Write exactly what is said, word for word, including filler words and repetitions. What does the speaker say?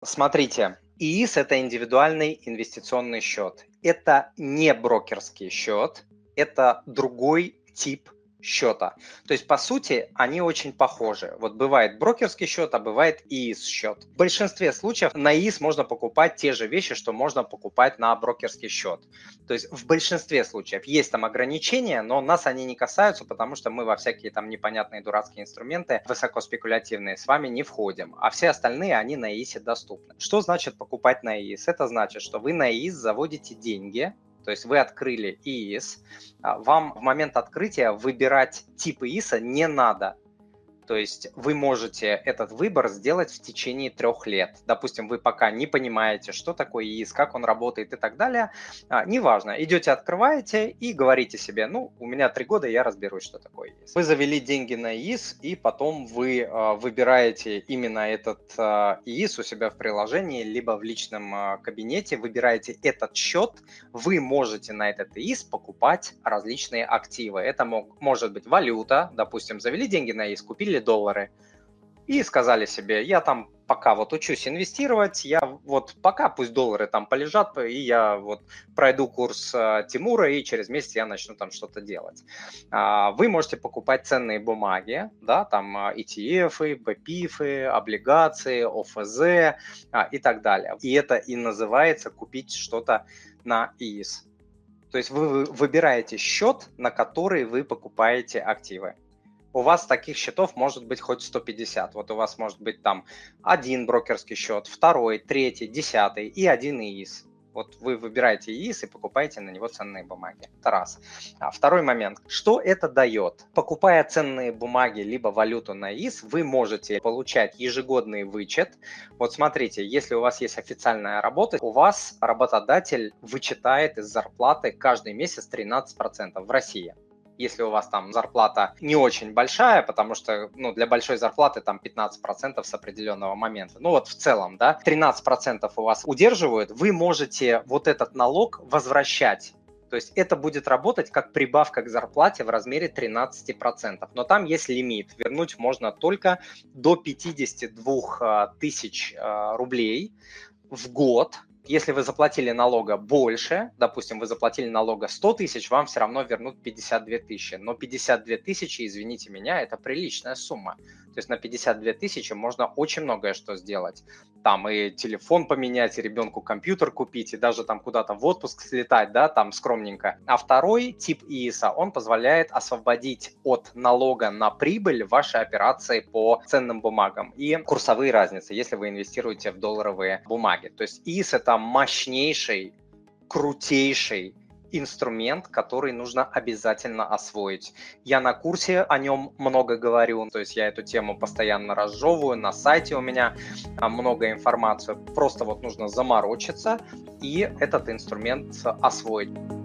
Смотрите, ИИС– это индивидуальный инвестиционный счет. Это не брокерский счет, это другой тип счета. То есть, по сути, они очень похожи. Вот бывает брокерский счет, а бывает ИИС-счет. В большинстве случаев на ИИС можно покупать те же вещи, что можно покупать на брокерский счет. То есть, в большинстве случаев есть там ограничения, но нас они не касаются, потому что мы во всякие там непонятные дурацкие инструменты высокоспекулятивные с вами не входим, а все остальные, они на ИИСе доступны. Что значит покупать на ИИС? Это значит, что вы на ИИС заводите деньги. То есть вы открыли ИИС, вам в момент открытия выбирать тип ИИСа не надо. То есть вы можете этот выбор сделать в течение трех лет. Допустим, вы пока не понимаете, что такое ИИС, как он работает и так далее. А, неважно, идете, открываете и говорите себе, ну, у меня три года, я разберусь, что такое ИИС. Вы завели деньги на ИИС, и потом вы а, выбираете именно этот а, ИИС у себя в приложении, либо в личном а, кабинете, выбираете этот счет, вы можете на этот ИИС покупать различные активы. Это мог, может быть валюта, допустим, завели деньги на ИИС, купили доллары и сказали себе, я там пока вот учусь инвестировать, я вот пока пусть доллары там полежат, и я вот пройду курс э, Тимура, и через месяц я начну там что-то делать. А, вы можете покупать ценные бумаги, да, там и ти эф-ы, бэ пэ и эф-ы, облигации, о эф зэ а, и так далее. И это и называется купить что-то на ИИС. То есть вы выбираете счет, на который вы покупаете активы. У вас таких счетов может быть хоть сто пятьдесят. Вот у вас может быть там один брокерский счет, второй, третий, десятый и один ИИС. Вот вы выбираете ИИС и покупаете на него ценные бумаги. Это раз. А второй момент. Что это дает? Покупая ценные бумаги либо валюту на ИИС, вы можете получать ежегодный вычет. Вот смотрите, если у вас есть официальная работа, у вас работодатель вычитает из зарплаты каждый месяц тринадцать процентов в России. Если у вас там зарплата не очень большая, потому что ну, для большой зарплаты там пятнадцать процентов с определенного момента. Ну вот в целом, да, тринадцать процентов у вас удерживают, вы можете вот этот налог возвращать. То есть это будет работать как прибавка к зарплате в размере тринадцать процентов. Но там есть лимит. Вернуть можно только до пятьдесят два тысяч рублей в год. Если вы заплатили налога больше, допустим, вы заплатили налога сто тысяч, вам все равно вернут пятьдесят две тысячи. Но пятьдесят две тысячи, извините меня, это приличная сумма. То есть на пятьдесят две тысячи можно очень многое что сделать. Там и телефон поменять, и ребенку компьютер купить, и даже там куда-то в отпуск слетать, да, там скромненько. А второй тип ИИСа, он позволяет освободить от налога на прибыль ваши операции по ценным бумагам и курсовые разницы, если вы инвестируете в долларовые бумаги. То есть ИИС – это мощнейший, крутейший инструмент, который нужно обязательно освоить. Я на курсе о нем много говорю, то есть я эту тему постоянно разжевываю, на сайте у меня много информации, просто вот нужно заморочиться и этот инструмент освоить.